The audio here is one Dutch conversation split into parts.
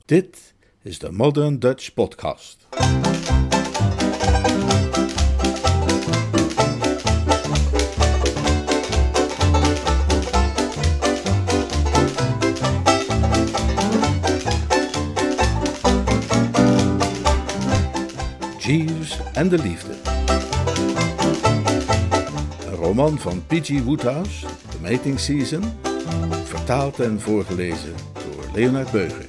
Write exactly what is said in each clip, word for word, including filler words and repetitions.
Dit is de Modern Dutch Podcast. Jeeves en de liefde. Een roman van P G Wodehouse, The Mating Season, vertaald en voorgelezen door Leonard Beuger.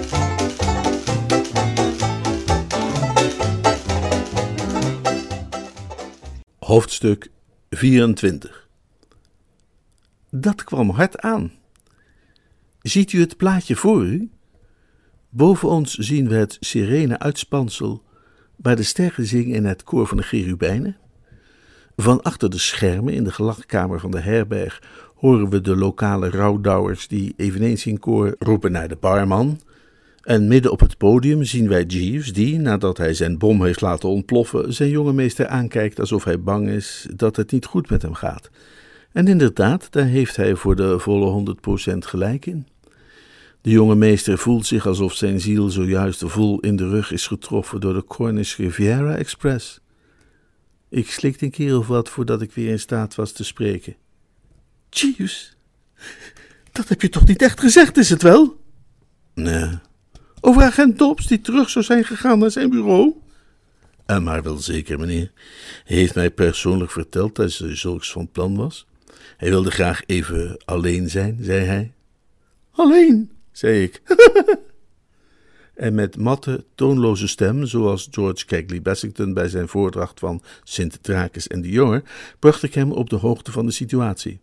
Hoofdstuk vierentwintig. Dat kwam hard aan. Ziet u het plaatje voor u? Boven ons zien we het sirene uitspansel waar de sterren zingen in het koor van de cherubijnen. Van achter de schermen in de gelagkamer van de herberg horen we de lokale rouwdouwers die eveneens in koor roepen naar de barman. En midden op het podium zien wij Jeeves die, nadat hij zijn bom heeft laten ontploffen, zijn jonge meester aankijkt alsof hij bang is dat het niet goed met hem gaat. En inderdaad, daar heeft hij voor de volle honderd procent gelijk in. De jonge meester voelt zich alsof zijn ziel zojuist vol in de rug is getroffen door de Cornish Riviera Express. Ik slikte een keer of wat voordat ik weer in staat was te spreken. Jeeves, dat heb je toch niet echt gezegd, is het wel? Nee. Over agent Dobbs die terug zou zijn gegaan naar zijn bureau? En maar wel zeker, meneer. Hij heeft mij persoonlijk verteld dat hij zulks van plan was. Hij wilde graag even alleen zijn, zei hij. Alleen, zei ik. En met matte, toonloze stem, zoals George Cagley Bassington bij zijn voordracht van Sint Thrakis en Dior, bracht ik hem op de hoogte van de situatie.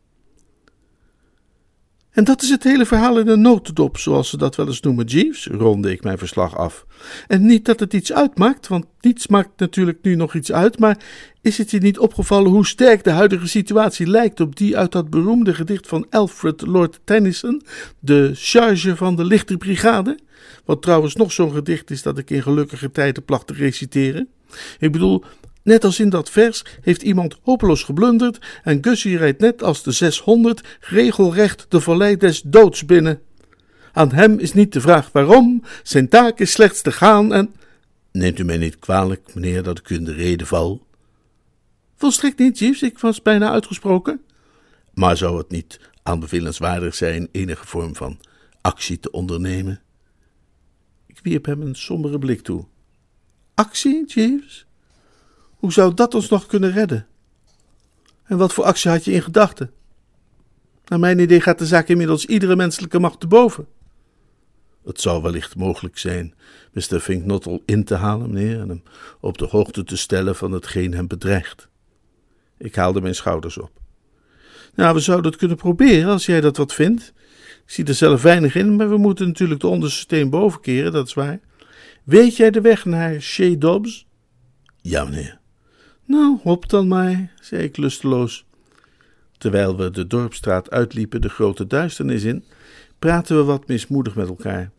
En dat is het hele verhaal in een notendop, zoals ze dat wel eens noemen, Jeeves, ronde ik mijn verslag af. En niet dat het iets uitmaakt, want niets maakt natuurlijk nu nog iets uit, maar is het je niet opgevallen hoe sterk de huidige situatie lijkt op die uit dat beroemde gedicht van Alfred Lord Tennyson, de charge van de lichterbrigade? Wat trouwens nog zo'n gedicht is dat ik in gelukkige tijden placht te reciteren. Ik bedoel, net als in dat vers heeft iemand hopeloos geblunderd en Gussie rijdt net als de zeshonderd regelrecht de vallei des doods binnen. Aan hem is niet de vraag waarom, zijn taak is slechts te gaan en... Neemt u mij niet kwalijk, meneer, dat ik u in de rede val? Volstrekt niet, Jeeves, ik was bijna uitgesproken. Maar zou het niet aanbevelenswaardig zijn enige vorm van actie te ondernemen? Ik wierp hem een sombere blik toe. Actie, Jeeves? Hoe zou dat ons nog kunnen redden? En wat voor actie had je in gedachten? Naar mijn idee gaat de zaak inmiddels iedere menselijke macht te boven. Het zou wellicht mogelijk zijn mister Finknottel in te halen, meneer, en hem op de hoogte te stellen van hetgeen hem bedreigt. Ik haalde mijn schouders op. Nou, we zouden het kunnen proberen, als jij dat wat vindt. Ik zie er zelf weinig in, maar we moeten natuurlijk de onderste steen boven keren, dat is waar. Weet jij de weg naar Chez Dobbs? Ja, meneer. Nou, hop dan maar, zei ik lusteloos. Terwijl we de dorpstraat uitliepen de grote duisternis in, praten we wat mismoedig met elkaar.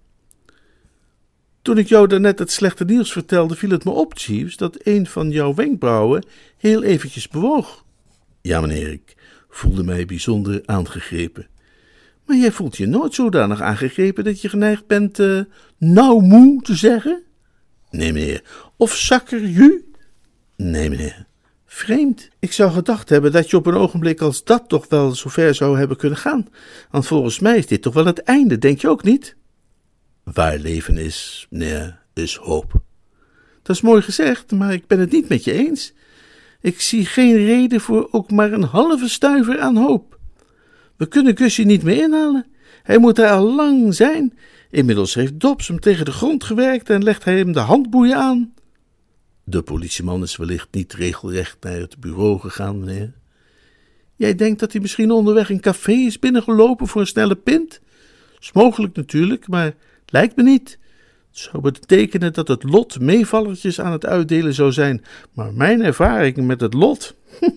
Toen ik jou daarnet het slechte nieuws vertelde, viel het me op, Jeeves, dat een van jouw wenkbrauwen heel eventjes bewoog. Ja, meneer, ik voelde mij bijzonder aangegrepen. Maar jij voelt je nooit zodanig aangegrepen dat je geneigd bent uh, nou moe te zeggen? Nee, meneer. Of zakker ju? Nee, meneer. Vreemd. Ik zou gedacht hebben dat je op een ogenblik als dat toch wel zover zou hebben kunnen gaan. Want volgens mij is dit toch wel het einde, denk je ook niet? Waar leven is, meneer, is hoop. Dat is mooi gezegd, maar ik ben het niet met je eens. Ik zie geen reden voor ook maar een halve stuiver aan hoop. We kunnen Gussie niet meer inhalen. Hij moet daar al lang zijn. Inmiddels heeft Dobbs hem tegen de grond gewerkt en legt hij hem de handboeien aan. De politieman is wellicht niet regelrecht naar het bureau gegaan, meneer. Jij denkt dat hij misschien onderweg een café is binnengelopen voor een snelle pint? Is mogelijk natuurlijk, maar lijkt me niet. Het zou betekenen dat het lot meevallertjes aan het uitdelen zou zijn, maar mijn ervaring met het lot...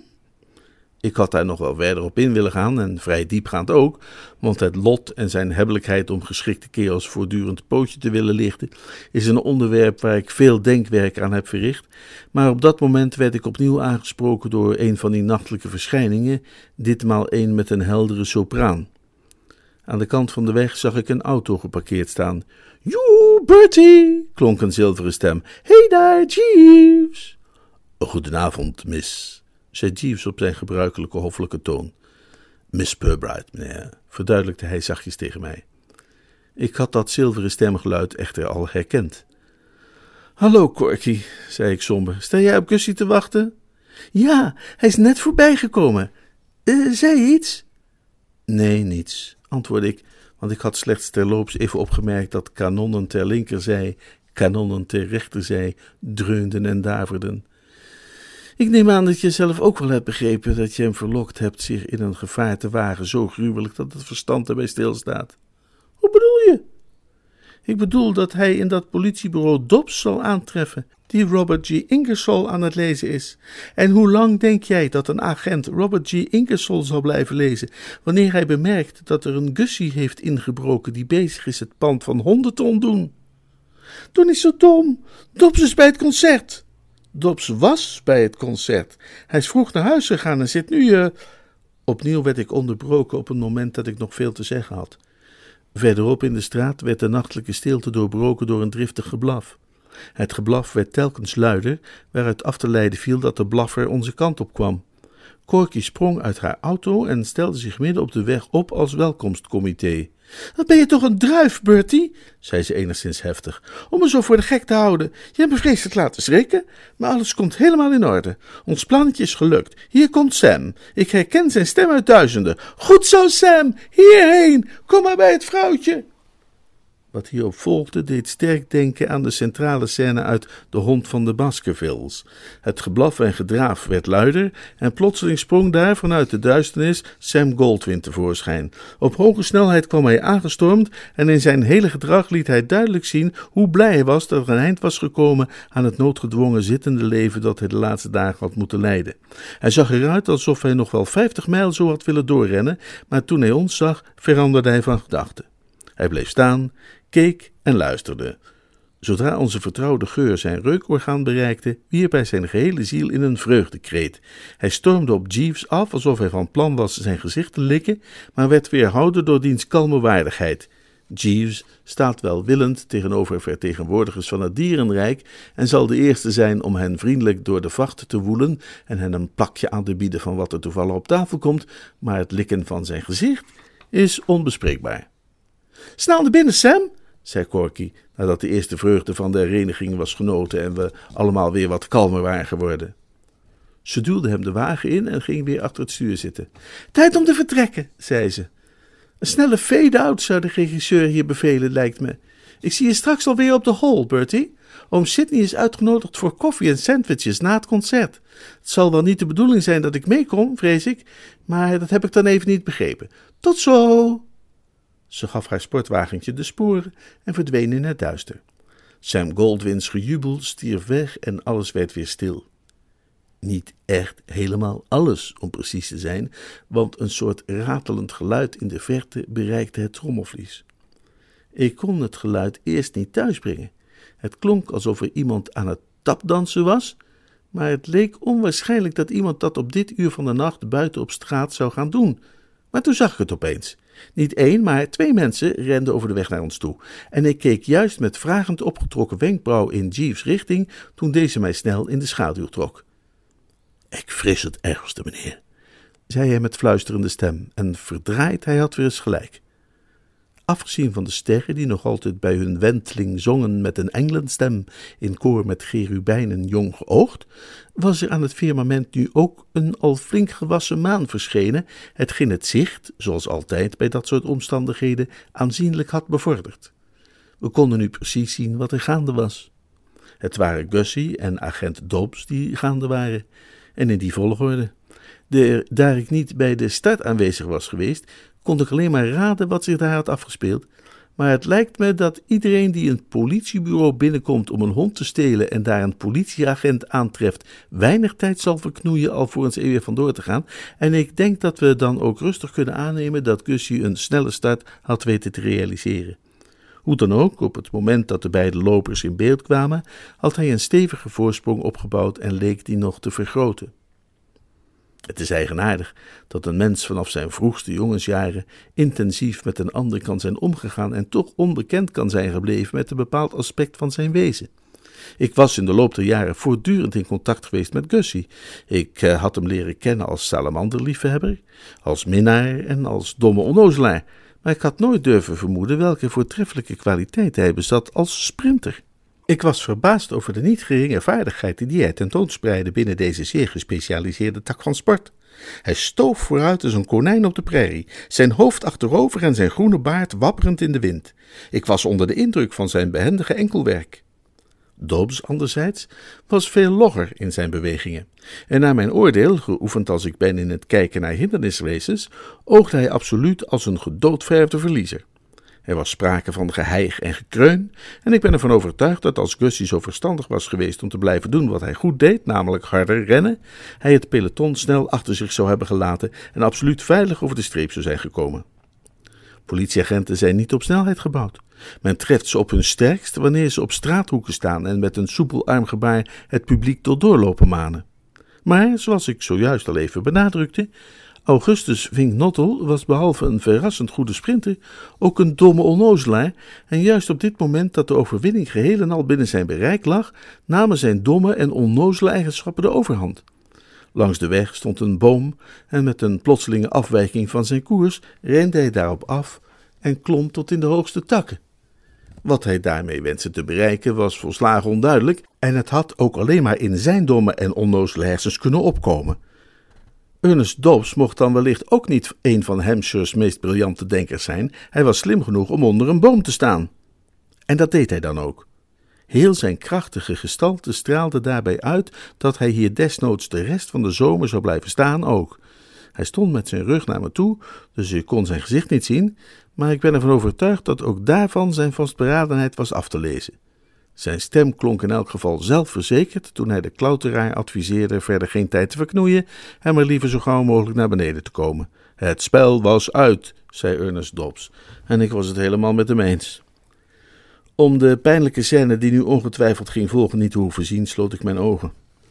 Ik had daar nog wel verder op in willen gaan, en vrij diepgaand ook, want het lot en zijn hebbelijkheid om geschikte kerels voortdurend pootje te willen lichten, is een onderwerp waar ik veel denkwerk aan heb verricht, maar op dat moment werd ik opnieuw aangesproken door een van die nachtelijke verschijningen, ditmaal een met een heldere sopraan. Aan de kant van de weg zag ik een auto geparkeerd staan. Joe, Bertie, klonk een zilveren stem. Hey daar, Jeeves. Goedenavond, miss, zei Jeeves op zijn gebruikelijke hoffelijke toon. Miss Pirbright, meneer, verduidelijkte hij zachtjes tegen mij. Ik had dat zilveren stemgeluid echter al herkend. Hallo, Corky, zei ik somber. Sta jij op Gussie te wachten? Ja, hij is net voorbijgekomen. Uh, zei je iets? Nee, niets, antwoordde ik, want ik had slechts terloops even opgemerkt dat kanonnen ter linkerzij, kanonnen ter rechterzij dreunden en daverden. Ik neem aan dat je zelf ook wel hebt begrepen dat je hem verlokt hebt zich in een gevaar te wagen, zo gruwelijk dat het verstand erbij stilstaat. Hoe bedoel je? Ik bedoel dat hij in dat politiebureau Dobbs zal aantreffen, die Robert G. Ingersoll aan het lezen is. En hoe lang denk jij dat een agent Robert G. Ingersoll zal blijven lezen, wanneer hij bemerkt dat er een Gussie heeft ingebroken die bezig is het pand van honden te ontdoen? Doe niet zo dom, Dobbs is bij het concert. Dobbs was bij het concert. Hij is vroeg naar huis gegaan en zit nu... Uh... Opnieuw werd ik onderbroken op een moment dat ik nog veel te zeggen had. Verderop in de straat werd de nachtelijke stilte doorbroken door een driftig geblaf. Het geblaf werd telkens luider, waaruit af te leiden viel dat de blaffer onze kant op kwam. Corky sprong uit haar auto en stelde zich midden op de weg op als welkomstcomité. Wat ben je toch een druif, Bertie, zei ze enigszins heftig, om me zo voor de gek te houden. Je hebt me vreselijk laten schrikken, maar alles komt helemaal in orde. Ons plannetje is gelukt. Hier komt Sam. Ik herken zijn stem uit duizenden. Goed zo, Sam, hierheen, kom maar bij het vrouwtje. Wat hierop volgde deed sterk denken aan de centrale scène uit De Hond van de Baskervilles. Het geblaf en gedraaf werd luider en plotseling sprong daar vanuit de duisternis Sam Goldwyn tevoorschijn. Op hoge snelheid kwam hij aangestormd en in zijn hele gedrag liet hij duidelijk zien hoe blij hij was dat er een eind was gekomen aan het noodgedwongen zittende leven dat hij de laatste dagen had moeten leiden. Hij zag eruit alsof hij nog wel vijftig mijl zo had willen doorrennen, maar toen hij ons zag veranderde hij van gedachten. Hij bleef staan, keek en luisterde. Zodra onze vertrouwde geur zijn reukorgaan bereikte, wierp hij zijn gehele ziel in een vreugdekreet. Hij stormde op Jeeves af alsof hij van plan was zijn gezicht te likken, maar werd weerhouden door diens kalme waardigheid. Jeeves staat welwillend tegenover vertegenwoordigers van het dierenrijk en zal de eerste zijn om hen vriendelijk door de vacht te woelen en hen een plakje aan te bieden van wat er toevallig op tafel komt, maar het likken van zijn gezicht is onbespreekbaar. Snel naar binnen, Sam, zei Corky, nadat de eerste vreugde van de hereniging was genoten en we allemaal weer wat kalmer waren geworden. Ze duwde hem de wagen in en ging weer achter het stuur zitten. Tijd om te vertrekken, zei ze. Een snelle fade-out zou de regisseur hier bevelen, lijkt me. Ik zie je straks alweer op de hall, Bertie. Oom Sidney is uitgenodigd voor koffie en sandwiches na het concert. Het zal wel niet de bedoeling zijn dat ik meekom, vrees ik, maar dat heb ik dan even niet begrepen. Tot zo! Ze gaf haar sportwagentje de sporen en verdween in het duister. Sam Goldwyn's gejubel stierf weg en alles werd weer stil. Niet echt helemaal alles, om precies te zijn, want een soort ratelend geluid in de verte bereikte het trommelvlies. Ik kon het geluid eerst niet thuisbrengen. Het klonk alsof er iemand aan het tapdansen was, maar het leek onwaarschijnlijk dat iemand dat op dit uur van de nacht buiten op straat zou gaan doen. Maar toen zag ik het opeens. Niet één, maar twee mensen renden over de weg naar ons toe. En ik keek juist met vragend opgetrokken wenkbrauw in Jeeves' richting, toen deze mij snel in de schaduw trok. Ik vrees het ergste, meneer, zei hij met fluisterende stem, en verdraaid, hij had weer eens gelijk. Afgezien van de sterren die nog altijd bij hun wenteling zongen met een engelenstem in koor met cherubijnen jong geoogd, was er aan het firmament nu ook een al flink gewassen maan verschenen, hetgeen het zicht, zoals altijd bij dat soort omstandigheden, aanzienlijk had bevorderd. We konden nu precies zien wat er gaande was. Het waren Gussie en agent Dobbs die gaande waren, en in die volgorde. De, daar ik niet bij de start aanwezig was geweest, kon ik alleen maar raden wat zich daar had afgespeeld, maar het lijkt me dat iedereen die een politiebureau binnenkomt om een hond te stelen en daar een politieagent aantreft, weinig tijd zal verknoeien alvorens er weer vandoor te gaan, en ik denk dat we dan ook rustig kunnen aannemen dat Gussie een snelle start had weten te realiseren. Hoe dan ook, op het moment dat de beide lopers in beeld kwamen, had hij een stevige voorsprong opgebouwd en leek die nog te vergroten. Het is eigenaardig dat een mens vanaf zijn vroegste jongensjaren intensief met een ander kan zijn omgegaan en toch onbekend kan zijn gebleven met een bepaald aspect van zijn wezen. Ik was in de loop der jaren voortdurend in contact geweest met Gussie. Ik uh, had hem leren kennen als salamanderliefhebber, als minnaar en als domme onnozelaar, maar ik had nooit durven vermoeden welke voortreffelijke kwaliteit hij bezat als sprinter. Ik was verbaasd over de niet geringe vaardigheid die hij tentoonspreidde binnen deze zeer gespecialiseerde tak van sport. Hij stoof vooruit als een konijn op de prairie, zijn hoofd achterover en zijn groene baard wapperend in de wind. Ik was onder de indruk van zijn behendige enkelwerk. Dobbs, anderzijds, was veel logger in zijn bewegingen. En naar mijn oordeel, geoefend als ik ben in het kijken naar hindernisraces, oogde hij absoluut als een gedoodverfde verliezer. Er was sprake van geheig en gekreun, en ik ben ervan overtuigd dat als Gussie zo verstandig was geweest om te blijven doen wat hij goed deed, namelijk harder rennen, hij het peloton snel achter zich zou hebben gelaten en absoluut veilig over de streep zou zijn gekomen. Politieagenten zijn niet op snelheid gebouwd. Men treft ze op hun sterkst wanneer ze op straathoeken staan en met een soepel armgebaar het publiek tot doorlopen manen. Maar, zoals ik zojuist al even benadrukte, Augustus Vinknottel was behalve een verrassend goede sprinter ook een domme onnozelaar en juist op dit moment dat de overwinning geheel en al binnen zijn bereik lag, namen zijn domme en onnozele eigenschappen de overhand. Langs de weg stond een boom en met een plotselinge afwijking van zijn koers rende hij daarop af en klom tot in de hoogste takken. Wat hij daarmee wenste te bereiken was volslagen onduidelijk en het had ook alleen maar in zijn domme en onnozele hersens kunnen opkomen. Ernest Dobbs mocht dan wellicht ook niet een van Hampshire's meest briljante denkers zijn, hij was slim genoeg om onder een boom te staan. En dat deed hij dan ook. Heel zijn krachtige gestalte straalde daarbij uit dat hij hier desnoods de rest van de zomer zou blijven staan ook. Hij stond met zijn rug naar me toe, dus ik kon zijn gezicht niet zien, maar ik ben ervan overtuigd dat ook daarvan zijn vastberadenheid was af te lezen. Zijn stem klonk in elk geval zelfverzekerd toen hij de klauteraar adviseerde verder geen tijd te verknoeien en maar liever zo gauw mogelijk naar beneden te komen. Het spel was uit, zei Ernest Dobbs, en ik was het helemaal met hem eens. Om de pijnlijke scène die nu ongetwijfeld ging volgen niet te hoeven zien, sloot ik mijn ogen.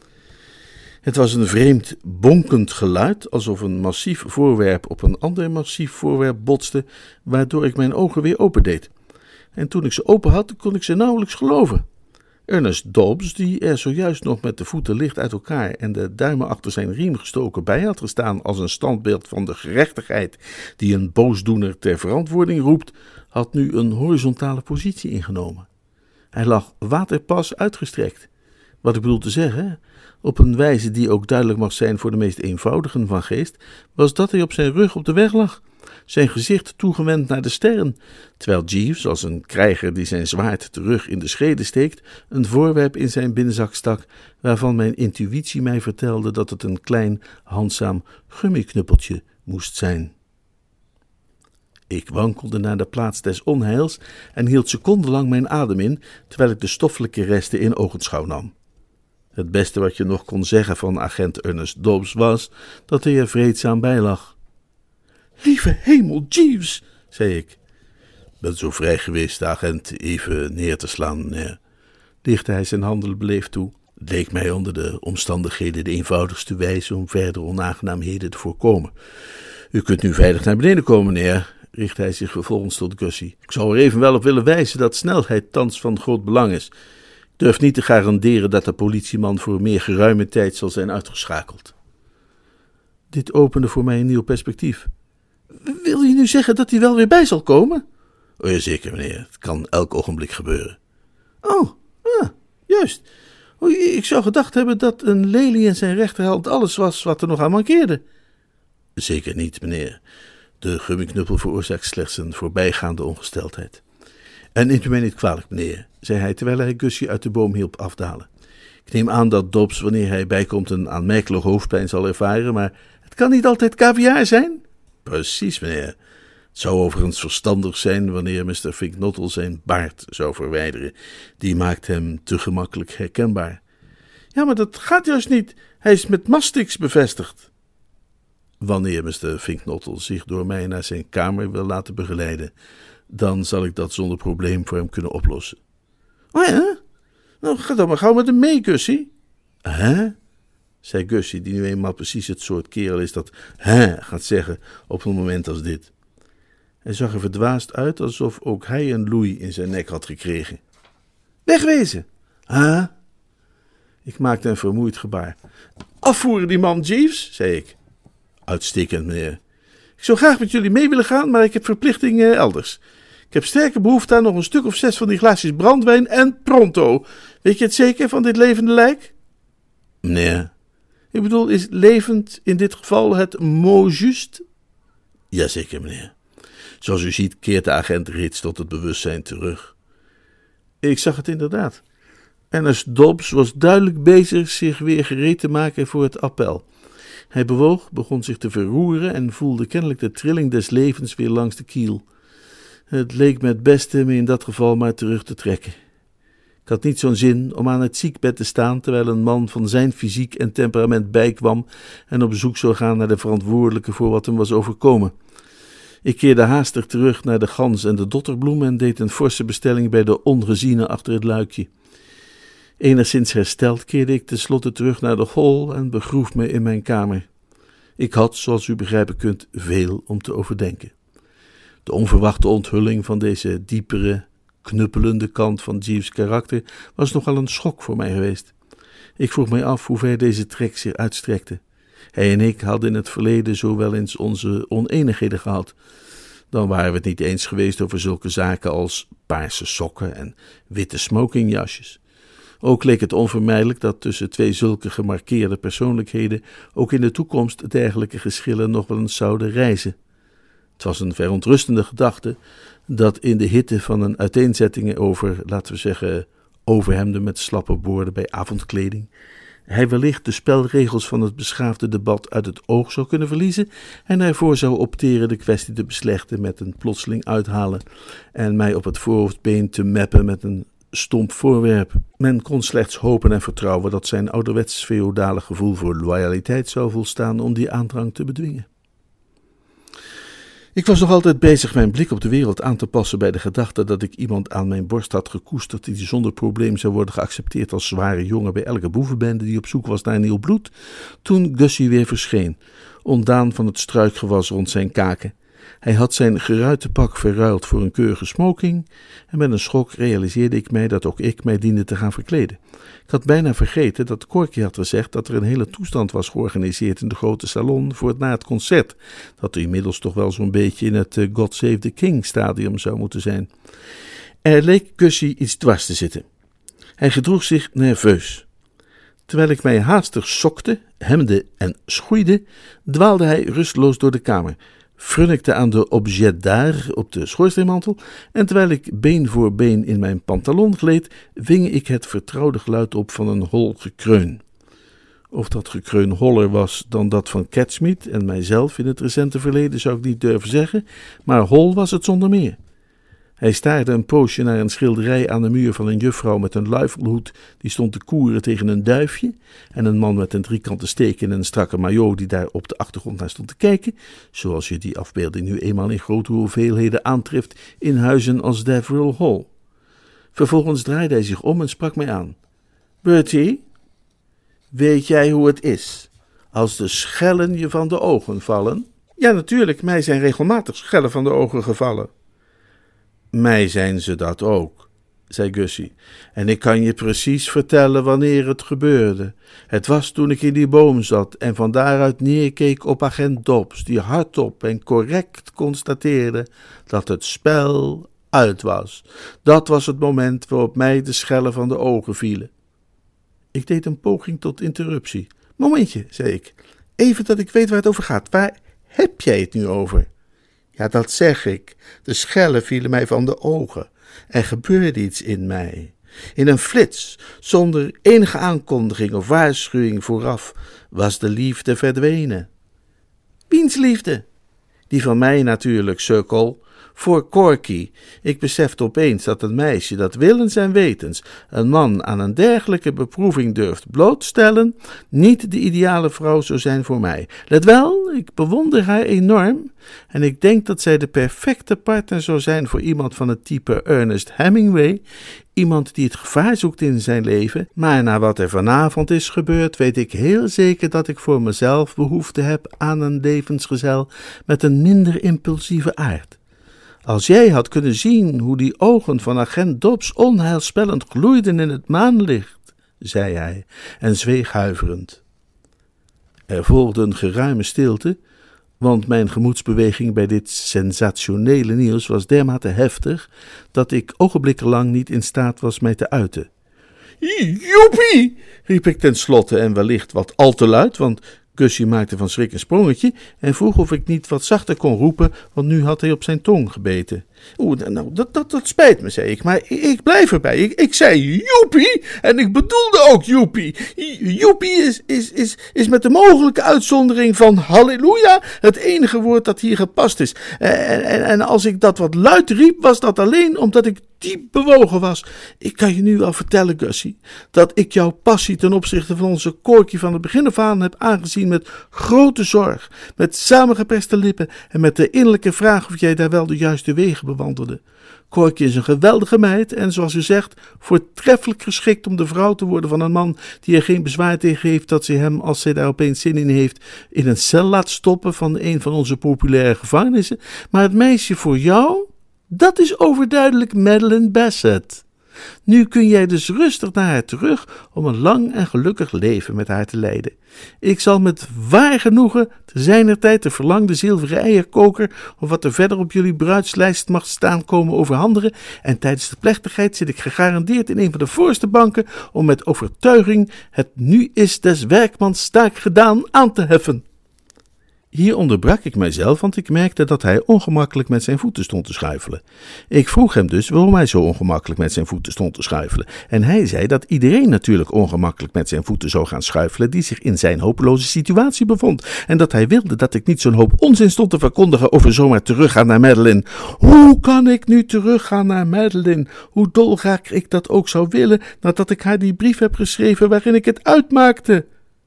Het was een vreemd, bonkend geluid, alsof een massief voorwerp op een ander massief voorwerp botste, waardoor ik mijn ogen weer opendeed. En toen ik ze open had, kon ik ze nauwelijks geloven. Ernest Dobbs, die er zojuist nog met de voeten licht uit elkaar en de duimen achter zijn riem gestoken bij had gestaan als een standbeeld van de gerechtigheid die een boosdoener ter verantwoording roept, had nu een horizontale positie ingenomen. Hij lag waterpas uitgestrekt. Wat ik bedoel te zeggen, op een wijze die ook duidelijk mag zijn voor de meest eenvoudigen van geest, was dat hij op zijn rug op de weg lag, zijn gezicht toegewend naar de sterren, terwijl Jeeves, als een krijger die zijn zwaard terug in de schede steekt, een voorwerp in zijn binnenzak stak, waarvan mijn intuïtie mij vertelde dat het een klein, handzaam gummiknuppeltje moest zijn. Ik wankelde naar de plaats des onheils en hield secondenlang mijn adem in, terwijl ik de stoffelijke resten in ogenschouw nam. Het beste wat je nog kon zeggen van agent Ernest Dobbs was dat hij er vreedzaam bij lag. Lieve hemel, Jeeves, zei ik. Ben zo vrij geweest de agent even neer te slaan, meneer. Lichtte hij zijn handen beleefd toe. Het leek mij onder de omstandigheden de eenvoudigste wijze om verder onaangenaamheden te voorkomen. U kunt nu veilig naar beneden komen, meneer, richtte hij zich vervolgens tot Gussie. Ik zou er evenwel op willen wijzen dat snelheid thans van groot belang is. Ik durf niet te garanderen dat de politieman voor meer geruime tijd zal zijn uitgeschakeld. Dit opende voor mij een nieuw perspectief. Wil je nu zeggen dat hij wel weer bij zal komen? O, ja, zeker, meneer. Het kan elk ogenblik gebeuren. Oh, ah, juist. O, ik zou gedacht hebben dat een lelie in zijn rechterhand alles was wat er nog aan mankeerde. Zeker niet, meneer. De gummiknuppel veroorzaakt slechts een voorbijgaande ongesteldheid. En neemt u mij niet kwalijk, meneer, zei hij terwijl hij Gussie uit de boom hielp afdalen. Ik neem aan dat Dobbs, wanneer hij bijkomt, een aanmerkelijk hoofdpijn zal ervaren, maar het kan niet altijd kaviaar zijn. Precies, meneer. Het zou overigens verstandig zijn wanneer mister Vinknottel zijn baard zou verwijderen. Die maakt hem te gemakkelijk herkenbaar. Ja, maar dat gaat juist niet. Hij is met mastix bevestigd. Wanneer mister Vinknottel zich door mij naar zijn kamer wil laten begeleiden, dan zal ik dat zonder probleem voor hem kunnen oplossen. Oh ja? Nou, ga dan maar gauw met hem mee, Gussie. Hè? zei Gussie, die nu eenmaal precies het soort kerel is dat hè gaat zeggen op een moment als dit. Hij zag er verdwaasd uit, alsof ook hij een loei in zijn nek had gekregen. Wegwezen! Huh? Ik maakte een vermoeid gebaar. Afvoeren die man, Jeeves, zei ik. Uitstekend, meneer. Ik zou graag met jullie mee willen gaan, maar ik heb verplichtingen elders. Ik heb sterke behoefte aan nog een stuk of zes van die glaasjes brandwijn en pronto. Weet je het zeker van dit levende lijk? Meneer. Ik bedoel, is levend in dit geval het mot juste? Jazeker, meneer. Zoals u ziet keert de agent reeds tot het bewustzijn terug. Ik zag het inderdaad. Ernest Dobbs was duidelijk bezig zich weer gereed te maken voor het appel. Hij bewoog, begon zich te verroeren en voelde kennelijk de trilling des levens weer langs de kiel. Het leek me het beste me in dat geval maar terug te trekken. Ik had niet zo'n zin om aan het ziekbed te staan terwijl een man van zijn fysiek en temperament bijkwam en op zoek zou gaan naar de verantwoordelijke voor wat hem was overkomen. Ik keerde haastig terug naar de gans en de dotterbloem en deed een forse bestelling bij de ongeziene achter het luikje. Enigszins hersteld keerde ik tenslotte terug naar de hall en begroef me in mijn kamer. Ik had, zoals u begrijpen kunt, veel om te overdenken. De onverwachte onthulling van deze diepere, knuppelende kant van Jeeves' karakter was nogal een schok voor mij geweest. Ik vroeg mij af hoe ver deze trek zich uitstrekte. Hij en ik hadden in het verleden zo wel eens onze oneenigheden gehad. Dan waren we het niet eens geweest over zulke zaken als paarse sokken en witte smokingjasjes. Ook leek het onvermijdelijk dat tussen twee zulke gemarkeerde persoonlijkheden ook in de toekomst dergelijke geschillen nog wel eens zouden rijzen. Het was een verontrustende gedachte dat in de hitte van een uiteenzetting over, laten we zeggen, overhemden met slappe boorden bij avondkleding, hij wellicht de spelregels van het beschaafde debat uit het oog zou kunnen verliezen en ervoor zou opteren de kwestie te beslechten met een plotseling uithalen en mij op het voorhoofdbeen te meppen met een stomp voorwerp. Men kon slechts hopen en vertrouwen dat zijn ouderwets feodale gevoel voor loyaliteit zou volstaan om die aandrang te bedwingen. Ik was nog altijd bezig mijn blik op de wereld aan te passen bij de gedachte dat ik iemand aan mijn borst had gekoesterd die zonder probleem zou worden geaccepteerd als zware jongen bij elke boevenbende die op zoek was naar nieuw bloed, toen Gussie weer verscheen, ontdaan van het struikgewas rond zijn kaken. Hij had zijn geruite pak verruild voor een keurige smoking en met een schok realiseerde ik mij dat ook ik mij diende te gaan verkleden. Ik had bijna vergeten dat Corky had gezegd dat er een hele toestand was georganiseerd in de grote salon voor het na het concert, dat er inmiddels toch wel zo'n beetje in het God Save the King stadium zou moeten zijn. Er leek Gussie iets dwars te zitten. Hij gedroeg zich nerveus. Terwijl ik mij haastig sokte, hemde en schoeide, dwaalde hij rusteloos door de kamer, frunnikte aan de objet d'art op de schoorsteenmantel en terwijl ik been voor been in mijn pantalon gleed, ving ik het vertrouwde geluid op van een hol gekreun. Of dat gekreun holler was dan dat van Catsmeet en mijzelf in het recente verleden zou ik niet durven zeggen, maar hol was het zonder meer. Hij staarde een poosje naar een schilderij aan de muur van een juffrouw met een luifelhoed die stond te koeren tegen een duifje en een man met een driekante steek in een strakke maillot die daar op de achtergrond naar stond te kijken, zoals je die afbeelding nu eenmaal in grote hoeveelheden aantreft in huizen als Deverill Hall. Vervolgens draaide hij zich om en sprak mij aan. Bertie, weet jij hoe het is als de schellen je van de ogen vallen? Ja, natuurlijk, mij zijn regelmatig schellen van de ogen gevallen. Mij zijn ze dat ook, zei Gussie, en ik kan je precies vertellen wanneer het gebeurde. Het was toen ik in die boom zat en van daaruit neerkeek op agent Dobbs, die hardop en correct constateerde dat het spel uit was. Dat was het moment waarop mij de schellen van de ogen vielen. Ik deed een poging tot interruptie. Momentje, zei ik, even dat ik weet waar het over gaat. Waar heb jij het nu over? Ja, dat zeg ik. De schellen vielen mij van de ogen. Er gebeurde iets in mij. In een flits, zonder enige aankondiging of waarschuwing vooraf, was de liefde verdwenen. Wiens liefde? Die van mij natuurlijk, sukkel. Voor Corky. Ik besefte opeens dat een meisje dat willens en wetens een man aan een dergelijke beproeving durft blootstellen, niet de ideale vrouw zou zijn voor mij. Let wel, ik bewonder haar enorm en ik denk dat zij de perfecte partner zou zijn voor iemand van het type Ernest Hemingway, iemand die het gevaar zoekt in zijn leven, maar na wat er vanavond is gebeurd, weet ik heel zeker dat ik voor mezelf behoefte heb aan een levensgezel met een minder impulsieve aard. Als jij had kunnen zien hoe die ogen van agent Dobbs onheilspellend gloeiden in het maanlicht, zei hij en zweeg huiverend. Er volgde een geruime stilte, want mijn gemoedsbeweging bij dit sensationele nieuws was dermate heftig dat ik ogenblikkenlang niet in staat was mij te uiten. Joepie, riep ik tenslotte en wellicht wat al te luid, want Gussie maakte van schrik een sprongetje en vroeg of ik niet wat zachter kon roepen, want nu had hij op zijn tong gebeten. Oeh, nou, dat, dat, dat spijt me, zei ik, maar ik, ik blijf erbij. Ik, ik zei joepie en ik bedoelde ook joepie. Joepie is, is, is, is met de mogelijke uitzondering van halleluja het enige woord dat hier gepast is. En, en, en als ik dat wat luid riep, was dat alleen omdat ik diep bewogen was. Ik kan je nu wel vertellen, Gussie, dat ik jouw passie ten opzichte van onze Corky van het begin af aan heb aangezien met grote zorg, met samengeperste lippen en met de innerlijke vraag of jij daar wel de juiste wegen bewandelde. Corky is een geweldige meid en, zoals u zegt, voortreffelijk geschikt om de vrouw te worden van een man die er geen bezwaar tegen heeft dat ze hem, als zij daar opeens zin in heeft, in een cel laat stoppen van een van onze populaire gevangenissen. Maar het meisje voor jou, dat is overduidelijk Madeline Bassett. Nu kun jij dus rustig naar haar terug om een lang en gelukkig leven met haar te leiden. Ik zal met waar genoegen te zijnertijd de verlangde zilveren eierkoker of wat er verder op jullie bruidslijst mag staan komen overhandigen en tijdens de plechtigheid zit ik gegarandeerd in een van de voorste banken om met overtuiging het nu is des werkmans taak gedaan aan te heffen. Hier onderbrak ik mijzelf, want ik merkte dat hij ongemakkelijk met zijn voeten stond te schuifelen. Ik vroeg hem dus waarom hij zo ongemakkelijk met zijn voeten stond te schuifelen. En hij zei dat iedereen natuurlijk ongemakkelijk met zijn voeten zou gaan schuifelen die zich in zijn hopeloze situatie bevond. En dat hij wilde dat ik niet zo'n hoop onzin stond te verkondigen over zomaar teruggaan naar Madeline. Hoe kan ik nu teruggaan naar Madeline? Hoe dolgraag ik dat ook zou willen nadat ik haar die brief heb geschreven waarin ik het uitmaakte.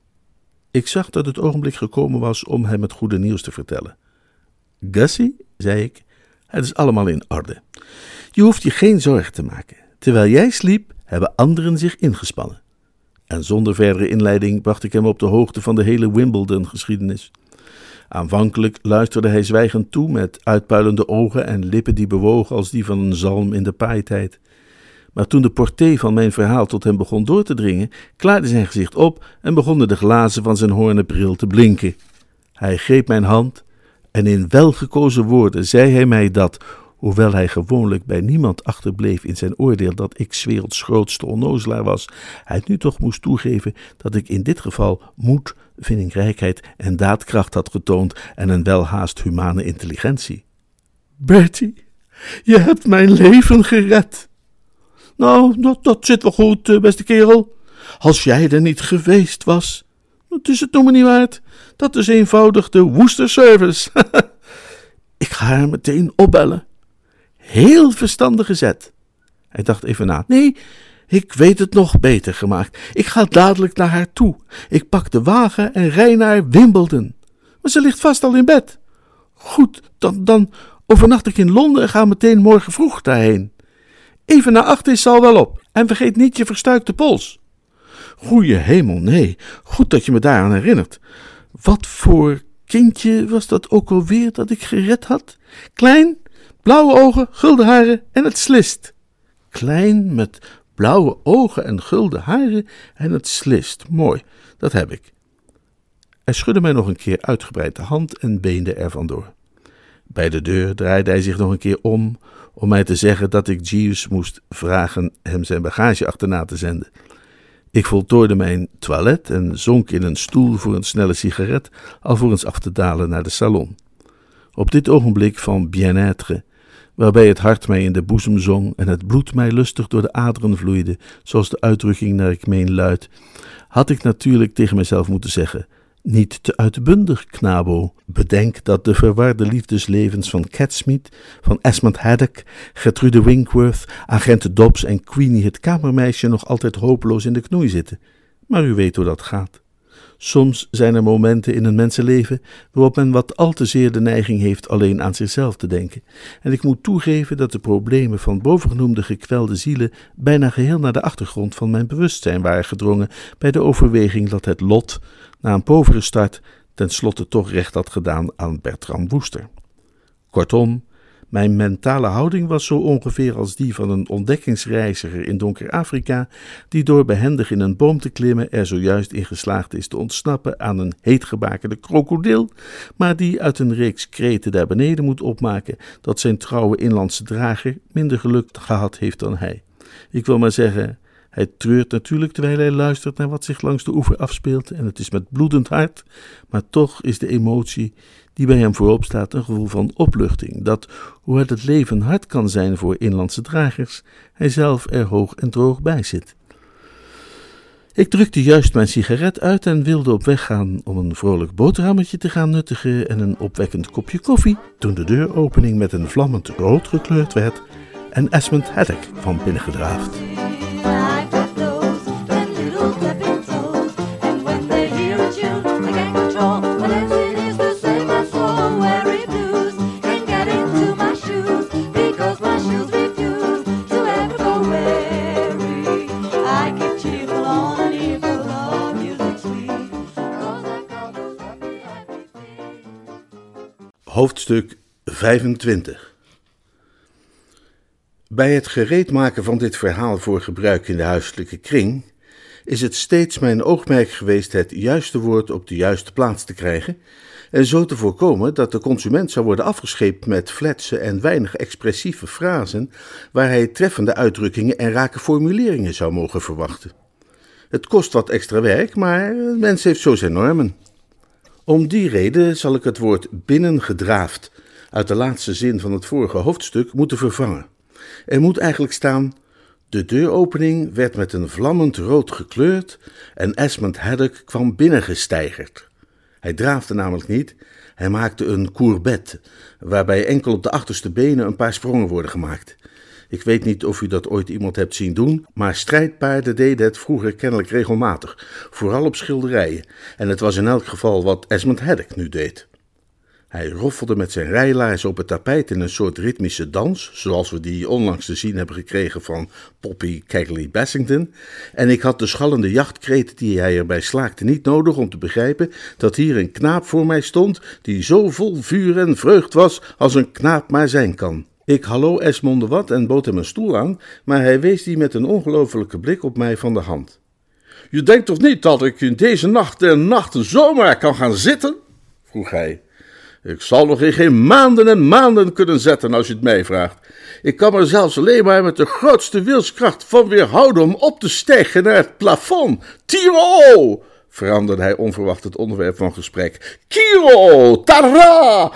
Ik zag dat het ogenblik gekomen was om hem het goede nieuws te vertellen. Gussie, zei ik, het is allemaal in orde. Je hoeft je geen zorgen te maken. Terwijl jij sliep, hebben anderen zich ingespannen. En zonder verdere inleiding bracht ik hem op de hoogte van de hele Wimbledon-geschiedenis. Aanvankelijk luisterde hij zwijgend toe met uitpuilende ogen en lippen die bewogen als die van een zalm in de paaitijd. Maar toen de portée van mijn verhaal tot hem begon door te dringen, klaarde zijn gezicht op en begonnen de glazen van zijn hoornen bril te blinken. Hij greep mijn hand en in welgekozen woorden zei hij mij dat, hoewel hij gewoonlijk bij niemand achterbleef in zijn oordeel dat ik 's werelds grootste onnozelaar was, hij nu toch moest toegeven dat ik in dit geval moed, vindingrijkheid en daadkracht had getoond en een welhaast humane intelligentie. Bertie, je hebt mijn leven gered. Nou, dat, dat zit wel goed, beste kerel. Als jij er niet geweest was, het is het nog maar niet waard. Dat is eenvoudig de Worcester Service. Ik ga haar meteen opbellen. Heel verstandige zet. Hij dacht even na. Nee, ik weet het nog beter gemaakt. Ik ga dadelijk naar haar toe. Ik pak de wagen en rij naar Wimbledon. Maar ze ligt vast al in bed. Goed, dan, dan overnacht ik in Londen en ga meteen morgen vroeg daarheen. Even na acht is ze al wel op. En vergeet niet je verstuikte pols. Goeie hemel, nee. Goed dat je me daaraan herinnert. Wat voor kindje was dat ook alweer dat ik gered had? Klein, blauwe ogen, gulden haren en het slist. Klein met blauwe ogen en gulden haren en het slist. Mooi, dat heb ik. Hij schudde mij nog een keer uitgebreid de hand en beende er vandoor. Bij de deur draaide hij zich nog een keer om om mij te zeggen dat ik Jeeves moest vragen hem zijn bagage achterna te zenden. Ik voltooide mijn toilet en zonk in een stoel voor een snelle sigaret, alvorens af te dalen naar de salon. Op dit ogenblik van bien-être, waarbij het hart mij in de boezem zong en het bloed mij lustig door de aderen vloeide, zoals de uitdrukking naar ik meen luidt, had ik natuurlijk tegen mezelf moeten zeggen: niet te uitbundig, knabo. Bedenk dat de verwarde liefdeslevens van Cat Smith, van Esmond Haddock, Gertrude Winkworth, agent Dobbs en Queenie het kamermeisje nog altijd hopeloos in de knoei zitten. Maar u weet hoe dat gaat. Soms zijn er momenten in een mensenleven waarop men wat al te zeer de neiging heeft alleen aan zichzelf te denken. En ik moet toegeven dat de problemen van bovengenoemde gekwelde zielen bijna geheel naar de achtergrond van mijn bewustzijn waren gedrongen bij de overweging dat het lot, na een povere start, tenslotte toch recht had gedaan aan Bertram Woester. Kortom, mijn mentale houding was zo ongeveer als die van een ontdekkingsreiziger in donker Afrika, die door behendig in een boom te klimmen er zojuist in geslaagd is te ontsnappen aan een heetgebakerde krokodil, maar die uit een reeks kreten daar beneden moet opmaken dat zijn trouwe inlandse drager minder geluk gehad heeft dan hij. Ik wil maar zeggen, hij treurt natuurlijk terwijl hij luistert naar wat zich langs de oever afspeelt en het is met bloedend hart, maar toch is de emotie die bij hem voorop staat een gevoel van opluchting, dat, hoewel het leven hard kan zijn voor inlandse dragers, hij zelf er hoog en droog bij zit. Ik drukte juist mijn sigaret uit en wilde op weg gaan om een vrolijk boterhammetje te gaan nuttigen en een opwekkend kopje koffie, toen de deuropening met een vlammend rood gekleurd werd en Esmond Haddock kwam binnengedraafd. Hoofdstuk vijfentwintig. Bij het gereedmaken van dit verhaal voor gebruik in de huiselijke kring is het steeds mijn oogmerk geweest het juiste woord op de juiste plaats te krijgen en zo te voorkomen dat de consument zou worden afgescheept met fletse en weinig expressieve frasen waar hij treffende uitdrukkingen en rake formuleringen zou mogen verwachten. Het kost wat extra werk, maar de mens heeft zo zijn normen. Om die reden zal ik het woord binnengedraafd uit de laatste zin van het vorige hoofdstuk moeten vervangen. Er moet eigenlijk staan: de deuropening werd met een vlammend rood gekleurd en Esmond Haddock kwam binnengesteigerd. Hij draafde namelijk niet, hij maakte een courbette, waarbij enkel op de achterste benen een paar sprongen worden gemaakt. Ik weet niet of u dat ooit iemand hebt zien doen, maar strijdpaarden deden het vroeger kennelijk regelmatig, vooral op schilderijen, en het was in elk geval wat Esmond Haddock nu deed. Hij roffelde met zijn rijlaars op het tapijt in een soort ritmische dans, zoals we die onlangs te zien hebben gekregen van Poppy Cagley Bassington, en ik had de schallende jachtkreet die hij erbij slaakte niet nodig om te begrijpen dat hier een knaap voor mij stond die zo vol vuur en vreugd was als een knaap maar zijn kan. Ik hallo Esmond wat en bood hem een stoel aan, maar hij wees die met een ongelofelijke blik op mij van de hand. Je denkt toch niet dat ik in deze nacht en nachten zomaar kan gaan zitten? Vroeg hij. Ik zal nog in geen maanden en maanden kunnen zetten als je het mij vraagt. Ik kan me zelfs alleen maar met de grootste wilskracht van weerhouden om op te stijgen naar het plafond. Tiro! Veranderde hij onverwacht het onderwerp van gesprek. Kiro! Tara!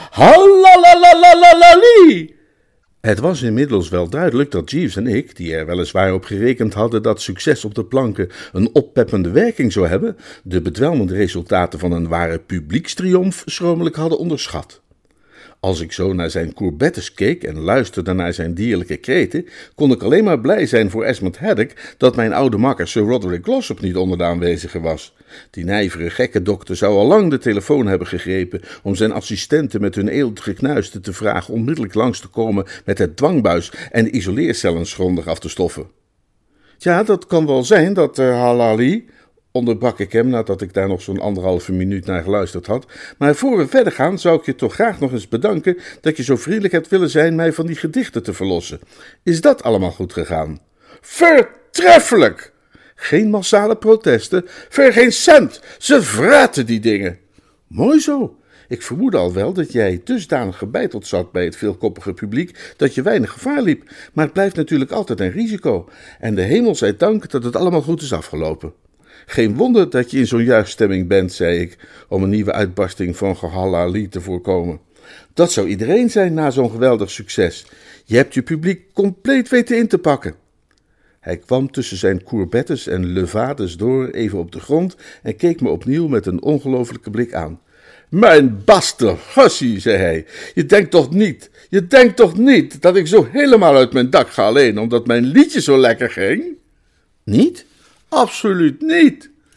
Halalalalali! Het was inmiddels wel duidelijk dat Jeeves en ik, die er weliswaar op gerekend hadden dat succes op de planken een oppeppende werking zou hebben, de bedwelmende resultaten van een ware publiekstriomf schromelijk hadden onderschat. Als ik zo naar zijn courbettes keek en luisterde naar zijn dierlijke kreten, kon ik alleen maar blij zijn voor Esmond Haddock dat mijn oude makker Sir Roderick Glossop niet onder de aanwezigen was. Die nijvere gekke dokter zou al lang de telefoon hebben gegrepen om zijn assistenten met hun eeuwige knuisten te vragen onmiddellijk langs te komen met het dwangbuis en de isoleercellen grondig af te stoffen. Ja, dat kan wel zijn dat uh, Halali, onderbrak ik hem nadat ik daar nog zo'n anderhalve minuut naar geluisterd had, maar voor we verder gaan zou ik je toch graag nog eens bedanken dat je zo vriendelijk hebt willen zijn mij van die gedichten te verlossen. Is dat allemaal goed gegaan? Vertreffelijk! Geen massale protesten, ver geen cent, ze vraten die dingen. Mooi zo. Ik vermoedde al wel dat jij dusdanig gebeiteld zat bij het veelkoppige publiek dat je weinig gevaar liep, maar het blijft natuurlijk altijd een risico. En de hemel zij dank dat het allemaal goed is afgelopen. Geen wonder dat je in zo'n juichstemming bent, zei ik, om een nieuwe uitbarsting van gehalali te voorkomen. Dat zou iedereen zijn na zo'n geweldig succes. Je hebt je publiek compleet weten in te pakken. Hij kwam tussen zijn courbettes en levades door even op de grond en keek me opnieuw met een ongelofelijke blik aan. Mijn baste Gussie, zei hij, je denkt toch niet, je denkt toch niet dat ik zo helemaal uit mijn dak ga alleen omdat mijn liedje zo lekker ging? Niet? Absoluut niet.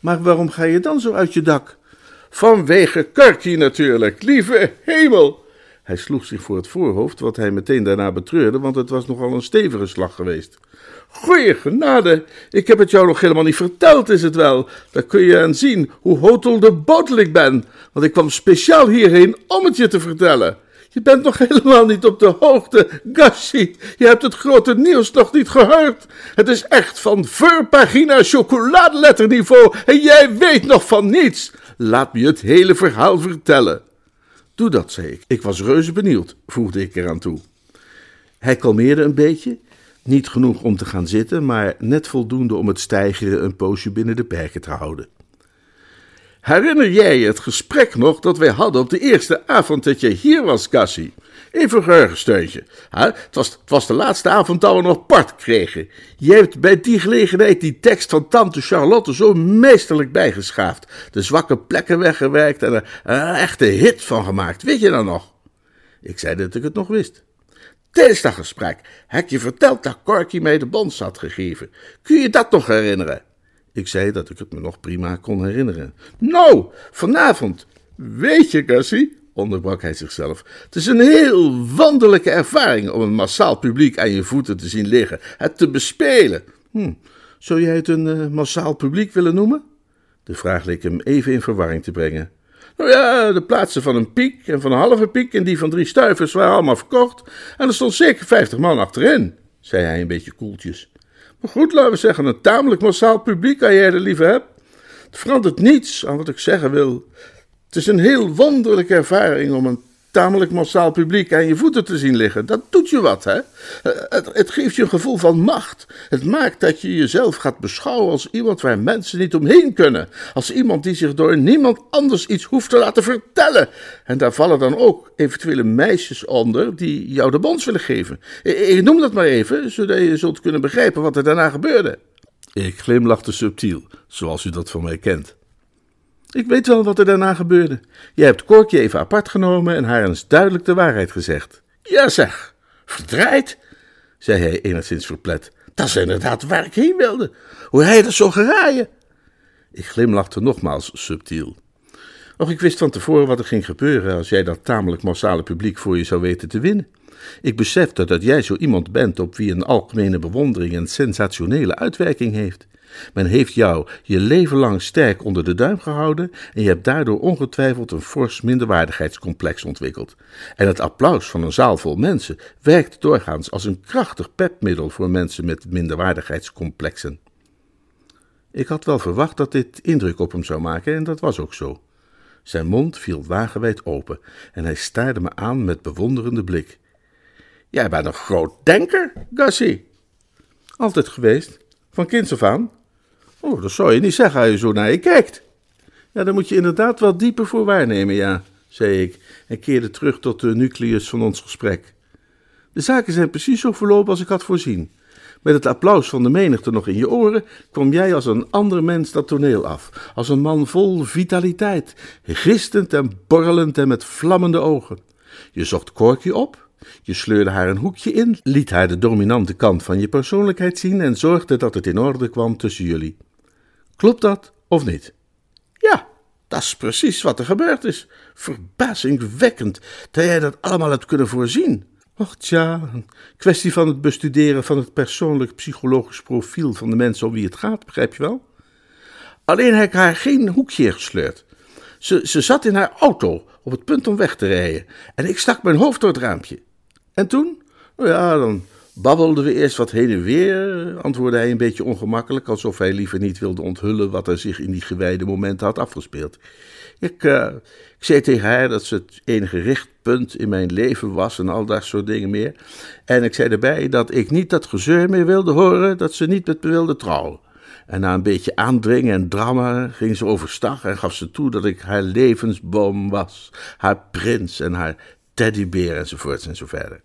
Maar waarom ga je dan zo uit je dak? Vanwege Corky natuurlijk, lieve hemel! Hij sloeg zich voor het voorhoofd, wat hij meteen daarna betreurde, want het was nogal een stevige slag geweest. Goeie genade, ik heb het jou nog helemaal niet verteld, is het wel. Daar kun je aan zien hoe hotel de botel ik ben, want ik kwam speciaal hierheen om het je te vertellen. Je bent nog helemaal niet op de hoogte, Gussie. Je hebt het grote nieuws nog niet gehoord. Het is echt van voorpagina chocoladeletterniveau en jij weet nog van niets. Laat me je het hele verhaal vertellen. Doe dat, zei ik. Ik was reuze benieuwd, voegde ik eraan toe. Hij kalmeerde een beetje, niet genoeg om te gaan zitten, maar net voldoende om het stijgeren een poosje binnen de perken te houden. Herinner jij je het gesprek nog dat wij hadden op de eerste avond dat je hier was, Gussie? Even een geheugensteuntje. Het was, het was de laatste avond dat we nog part kregen. Jij hebt bij die gelegenheid die tekst van tante Charlotte zo meesterlijk bijgeschaafd. De zwakke plekken weggewerkt en er een echte hit van gemaakt. Weet je dat nog? Ik zei dat ik het nog wist. Tijdens dat gesprek heb je verteld dat Corky mij de bons had gegeven. Kun je dat nog herinneren? Ik zei dat ik het me nog prima kon herinneren. Nou, vanavond, weet je, Gussie, onderbrak hij zichzelf, het is een heel wonderlijke ervaring om een massaal publiek aan je voeten te zien liggen, het te bespelen. Hm, zou jij het een uh, massaal publiek willen noemen? De vraag leek hem even in verwarring te brengen. Nou ja, de plaatsen van een piek en van een halve piek en die van drie stuivers waren allemaal verkocht en er stond zeker vijftig man achterin, zei hij een beetje koeltjes. Maar goed, laten we zeggen, een tamelijk massaal publiek, als jij er liever hebt. Het verandert niets aan wat ik zeggen wil. Het is een heel wonderlijke ervaring om een tamelijk massaal publiek aan je voeten te zien liggen. Dat doet je wat, hè? Het, het geeft je een gevoel van macht. Het maakt dat je jezelf gaat beschouwen als iemand waar mensen niet omheen kunnen. Als iemand die zich door niemand anders iets hoeft te laten vertellen. En daar vallen dan ook eventuele meisjes onder die jou de bons willen geven. Ik noem dat maar even, zodat je zult kunnen begrijpen wat er daarna gebeurde. Ik glimlachte subtiel, zoals u dat van mij kent. Ik weet wel wat er daarna gebeurde. Jij hebt Corky even apart genomen en haar eens duidelijk de waarheid gezegd. Ja zeg, verdraaid, zei hij enigszins verplet. Dat is inderdaad waar ik heen wilde. Hoe hij dat zo geraaien? Ik glimlachte nogmaals subtiel. Och, ik wist van tevoren wat er ging gebeuren als jij dat tamelijk massale publiek voor je zou weten te winnen. Ik besefte dat jij zo iemand bent op wie een algemene bewondering een sensationele uitwerking heeft. Men heeft jou je leven lang sterk onder de duim gehouden en je hebt daardoor ongetwijfeld een fors minderwaardigheidscomplex ontwikkeld. En het applaus van een zaal vol mensen werkt doorgaans als een krachtig pepmiddel voor mensen met minderwaardigheidscomplexen. Ik had wel verwacht dat dit indruk op hem zou maken en dat was ook zo. Zijn mond viel wagenwijd open en hij staarde me aan met bewonderende blik. Jij bent een groot denker, Gussie. Altijd geweest, van kinds af aan. Oh, dat zou je niet zeggen als je zo naar je kijkt. Ja, daar moet je inderdaad wel dieper voor waarnemen, ja, zei ik en keerde terug tot de nucleus van ons gesprek. De zaken zijn precies zo verlopen als ik had voorzien. Met het applaus van de menigte nog in je oren, kwam jij als een ander mens dat toneel af, als een man vol vitaliteit, gistend en borrelend en met vlammende ogen. Je zocht Corky op, je sleurde haar een hoekje in, liet haar de dominante kant van je persoonlijkheid zien en zorgde dat het in orde kwam tussen jullie. Klopt dat of niet? Ja, dat is precies wat er gebeurd is. Verbazingwekkend dat jij dat allemaal hebt kunnen voorzien. Och tja, een kwestie van het bestuderen van het persoonlijk psychologisch profiel van de mensen om wie het gaat, begrijp je wel? Alleen heb ik haar geen hoekje gesleurd. Ze, ze zat in haar auto op het punt om weg te rijden en ik stak mijn hoofd door het raampje. En toen? Nou ja, dan babbelden we eerst wat heen en weer, antwoordde hij een beetje ongemakkelijk, alsof hij liever niet wilde onthullen wat er zich in die gewijde momenten had afgespeeld. Ik, uh, ik zei tegen haar dat ze het enige richtpunt in mijn leven was en al dat soort dingen meer. En ik zei erbij dat ik niet dat gezeur meer wilde horen, dat ze niet met me wilde trouwen. En na een beetje aandringen en drammen ging ze overstag en gaf ze toe dat ik haar levensboom was, haar prins en haar teddybeer enzovoorts en zo verder.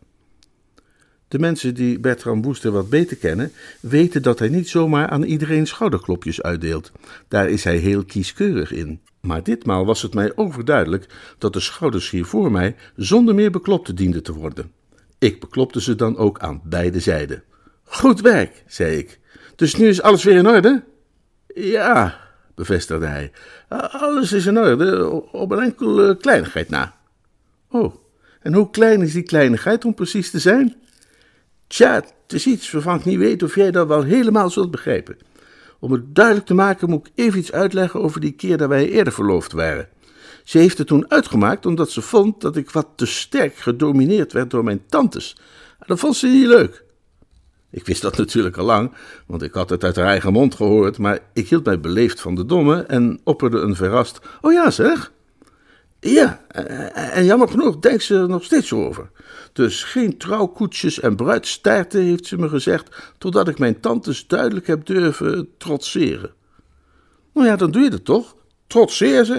De mensen die Bertram Wooster wat beter kennen, weten dat hij niet zomaar aan iedereen schouderklopjes uitdeelt. Daar is hij heel kieskeurig in. Maar ditmaal was het mij overduidelijk dat de schouders hier voor mij zonder meer beklopt dienden te worden. Ik beklopte ze dan ook aan beide zijden. Goed werk, zei ik. Dus nu is alles weer in orde? Ja, bevestigde hij. Alles is in orde, op een enkele kleinigheid na. Oh, en hoe klein is die kleinigheid om precies te zijn? Tja, het is iets waarvan ik niet weet of jij dat wel helemaal zult begrijpen. Om het duidelijk te maken moet ik even iets uitleggen over die keer dat wij eerder verloofd waren. Ze heeft het toen uitgemaakt omdat ze vond dat ik wat te sterk gedomineerd werd door mijn tantes. Dat vond ze niet leuk. Ik wist dat natuurlijk al lang, want ik had het uit haar eigen mond gehoord, maar ik hield mij beleefd van de domme en opperde een verrast: oh ja zeg? Ja, en jammer genoeg denkt ze er nog steeds over. Dus geen trouwkoetsjes en bruidstaarten, heeft ze me gezegd, totdat ik mijn tantes duidelijk heb durven trotseren. Nou ja, dan doe je dat toch? Trotseer ze.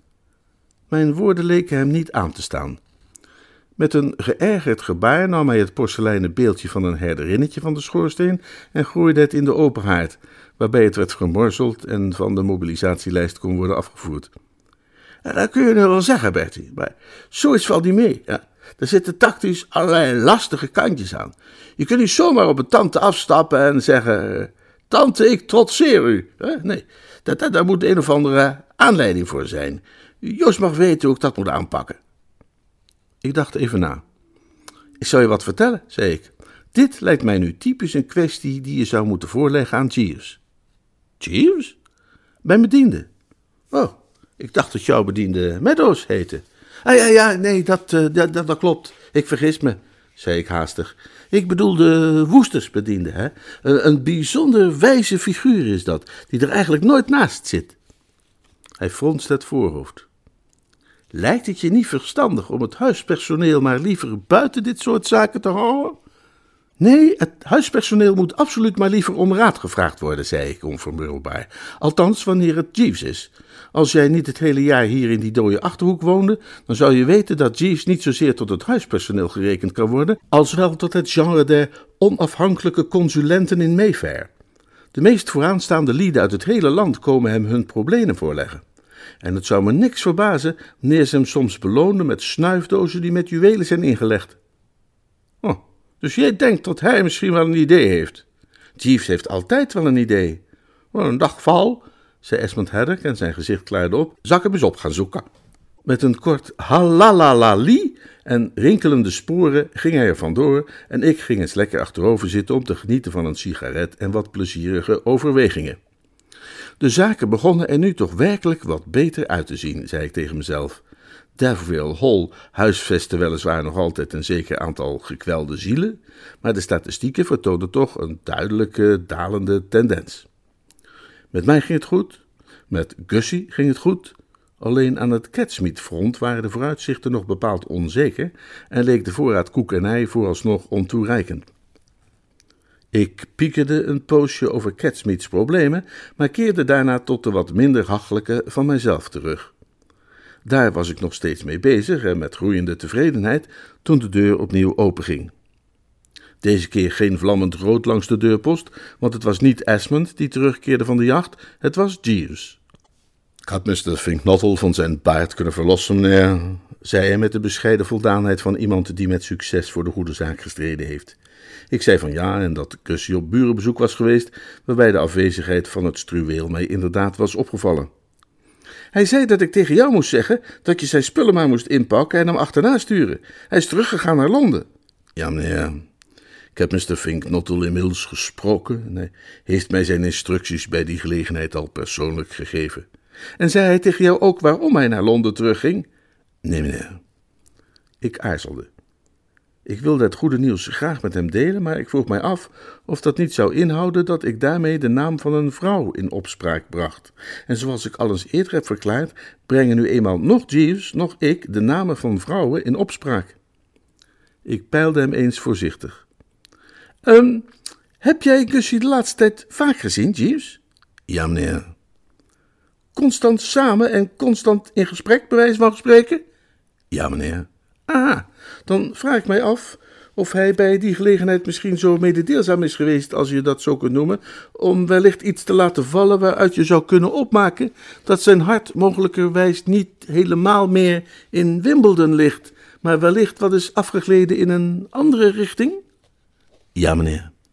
Mijn woorden leken hem niet aan te staan. Met een geërgerd gebaar nam hij het porseleinen beeldje van een herderinnetje van de schoorsteen en gooide het in de open haard, waarbij het werd gemorzeld en van de mobilisatielijst kon worden afgevoerd. Ja, dat kun je nu wel zeggen, Bertie, maar zoiets valt niet mee. Ja. Er zitten tactisch allerlei lastige kantjes aan. Je kunt niet zomaar op een tante afstappen en zeggen: tante, ik trotseer u. Nee, dat, dat, daar moet een of andere aanleiding voor zijn. Joost mag weten hoe ik dat moet aanpakken. Ik dacht even na. Ik zal je wat vertellen, zei ik. Dit lijkt mij nu typisch een kwestie die je zou moeten voorleggen aan Jeeves. Jeeves? Mijn bediende. Oh, ik dacht dat jouw bediende Meadows heette. Ah ja, ja, nee, dat, uh, dat, dat, dat klopt. Ik vergis me, zei ik haastig. Ik bedoel de Woesters bediende, hè. Een, een bijzonder wijze figuur is dat, die er eigenlijk nooit naast zit. Hij fronste het voorhoofd. Lijkt het je niet verstandig om het huispersoneel maar liever buiten dit soort zaken te houden? Nee, het huispersoneel moet absoluut maar liever om raad gevraagd worden, zei ik onvermurwbaar. Althans, wanneer het Jeeves is. Als jij niet het hele jaar hier in die dode Achterhoek woonde, dan zou je weten dat Jeeves niet zozeer tot het huispersoneel gerekend kan worden, als wel tot het genre der onafhankelijke consulenten in Mayfair. De meest vooraanstaande lieden uit het hele land komen hem hun problemen voorleggen. En het zou me niks verbazen wanneer ze hem soms beloonden met snuifdozen die met juwelen zijn ingelegd. Oh, dus jij denkt dat hij misschien wel een idee heeft? Jeeves heeft altijd wel een idee. Oh, een dagval, zei Esmond Haddock en zijn gezicht klaarde op. Zal ik hem eens op gaan zoeken? Met een kort halalalali en rinkelende sporen ging hij er vandoor en ik ging eens lekker achterover zitten om te genieten van een sigaret en wat plezierige overwegingen. De zaken begonnen er nu toch werkelijk wat beter uit te zien, zei ik tegen mezelf. Davville Hall huisvestte weliswaar nog altijd een zeker aantal gekwelde zielen, maar de statistieken vertoonden toch een duidelijke dalende tendens. Met mij ging het goed, met Gussie ging het goed, alleen aan het Catsmeet-front waren de vooruitzichten nog bepaald onzeker en leek de voorraad koek en ei vooralsnog ontoereikend. Ik piekerde een poosje over Catsmeet's problemen, maar keerde daarna tot de wat minder hachelijke van mijzelf terug. Daar was ik nog steeds mee bezig en met groeiende tevredenheid toen de deur opnieuw openging. Deze keer geen vlammend rood langs de deurpost, want het was niet Esmond die terugkeerde van de jacht, het was Jeeves. Ik had mister Finknottel van zijn baard kunnen verlossen, meneer, zei hij met de bescheiden voldaanheid van iemand die met succes voor de goede zaak gestreden heeft. Ik zei van ja en dat Gussie op burenbezoek was geweest, waarbij de afwezigheid van het struweel mij inderdaad was opgevallen. Hij zei dat ik tegen jou moest zeggen dat je zijn spullen maar moest inpakken en hem achterna sturen. Hij is teruggegaan naar Londen. Ja, meneer, ik heb mister Finknottel inmiddels gesproken en hij heeft mij zijn instructies bij die gelegenheid al persoonlijk gegeven. En zei hij tegen jou ook waarom hij naar Londen terugging? Nee, meneer. Ik aarzelde. Ik wilde het goede nieuws graag met hem delen, maar ik vroeg mij af of dat niet zou inhouden dat ik daarmee de naam van een vrouw in opspraak bracht. En zoals ik al eens eerder heb verklaard, brengen nu eenmaal nog Jeeves, nog ik de namen van vrouwen in opspraak. Ik peilde hem eens voorzichtig. Um, heb jij Gussie de laatste tijd vaak gezien, Jeeves? Ja, meneer. Constant samen en constant in gesprek, bij wijze van spreken? Ja, meneer. Ah, dan vraag ik mij af of hij bij die gelegenheid misschien zo mededeelzaam is geweest, als je dat zo kunt noemen, om wellicht iets te laten vallen waaruit je zou kunnen opmaken dat zijn hart mogelijkerwijs niet helemaal meer in Wimbledon ligt, maar wellicht wat is afgegleden in een andere richting? Ja, meneer.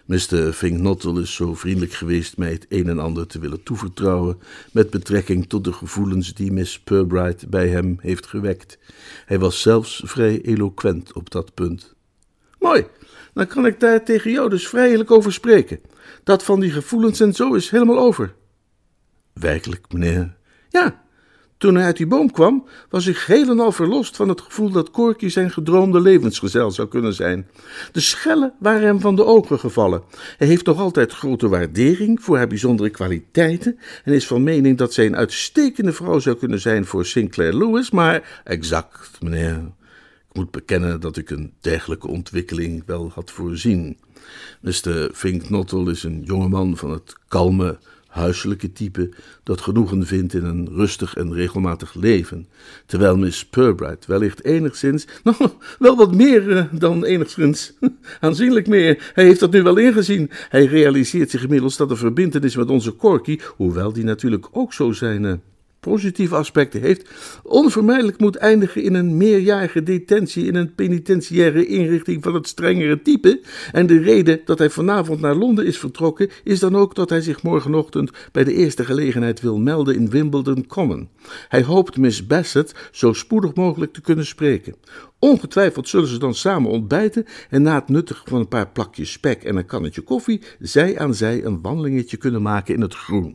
mister Finknottel is zo vriendelijk geweest mij het een en ander te willen toevertrouwen met betrekking tot de gevoelens die Miss Pirbright bij hem heeft gewekt. Hij was zelfs vrij eloquent op dat punt. Mooi, dan kan ik daar tegen jou dus vrijelijk over spreken. Dat van die gevoelens en zo is helemaal over. Werkelijk, meneer? Ja. Toen hij uit die boom kwam, was ik geheel en al verlost van het gevoel dat Corky zijn gedroomde levensgezel zou kunnen zijn. De schellen waren hem van de ogen gevallen. Hij heeft nog altijd grote waardering voor haar bijzondere kwaliteiten en is van mening dat zij een uitstekende vrouw zou kunnen zijn voor Sinclair Lewis, maar exact, meneer. Ik moet bekennen dat ik een dergelijke ontwikkeling wel had voorzien. mister Finknottel is een jongeman van het kalme, huiselijke type dat genoegen vindt in een rustig en regelmatig leven, terwijl Miss Pirbright wellicht enigszins, nou, wel wat meer uh, dan enigszins, aanzienlijk meer. Hij heeft dat nu wel ingezien. Hij realiseert zich inmiddels dat de verbintenis met onze Corky, hoewel die natuurlijk ook zo zijn uh, positieve aspecten heeft, onvermijdelijk moet eindigen in een meerjarige detentie in een penitentiaire inrichting van het strengere type. En de reden dat hij vanavond naar Londen is vertrokken, is dan ook dat hij zich morgenochtend bij de eerste gelegenheid wil melden in Wimbledon Common. Hij hoopt Miss Bassett zo spoedig mogelijk te kunnen spreken. Ongetwijfeld zullen ze dan samen ontbijten en na het nuttigen van een paar plakjes spek en een kannetje koffie, zij aan zij een wandelingetje kunnen maken in het groen.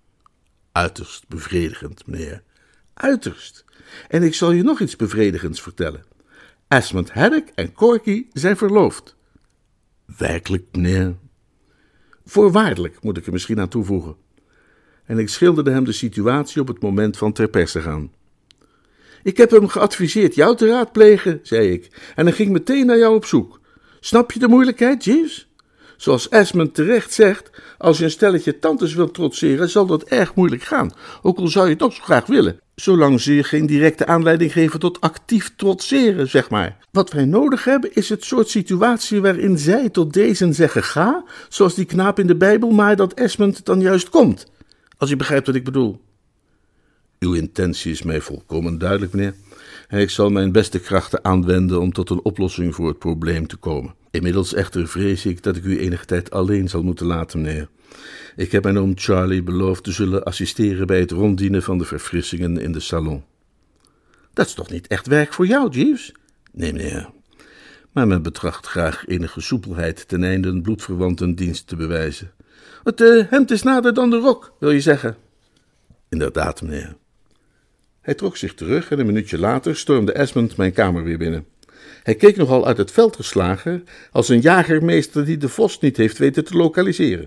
Uiterst bevredigend, meneer. Uiterst. En ik zal je nog iets bevredigends vertellen. Esmond Haddock en Corky zijn verloofd. Werkelijk, meneer? Voorwaardelijk, moet ik er misschien aan toevoegen. En ik schilderde hem de situatie op het moment van ter perse gaan. Ik heb hem geadviseerd jou te raadplegen, zei ik, en hij ging meteen naar jou op zoek. Snap je de moeilijkheid, Jeeves? Zoals Esmond terecht zegt, als je een stelletje tantes wilt trotseren, zal dat erg moeilijk gaan, ook al zou je het ook zo graag willen, zolang ze je geen directe aanleiding geven tot actief trotseren, zeg maar. Wat wij nodig hebben is het soort situatie waarin zij tot deze zeggen ga, zoals die knaap in de Bijbel, maar dat Esmond dan juist komt, als je begrijpt wat ik bedoel. Uw intentie is mij volkomen duidelijk, meneer, en ik zal mijn beste krachten aanwenden om tot een oplossing voor het probleem te komen. Inmiddels echter vrees ik dat ik u enige tijd alleen zal moeten laten, meneer. Ik heb mijn oom Charlie beloofd te zullen assisteren bij het ronddienen van de verfrissingen in de salon. Dat is toch niet echt werk voor jou, Jeeves? Nee, meneer. Maar men betracht graag enige soepelheid ten einde een bloedverwanten dienst te bewijzen. Het uh, hemd is nader dan de rok, wil je zeggen? Inderdaad, meneer. Hij trok zich terug en een minuutje later stormde Esmond mijn kamer weer binnen. Hij keek nogal uit het veld geslagen, als een jagermeester die de vos niet heeft weten te lokaliseren.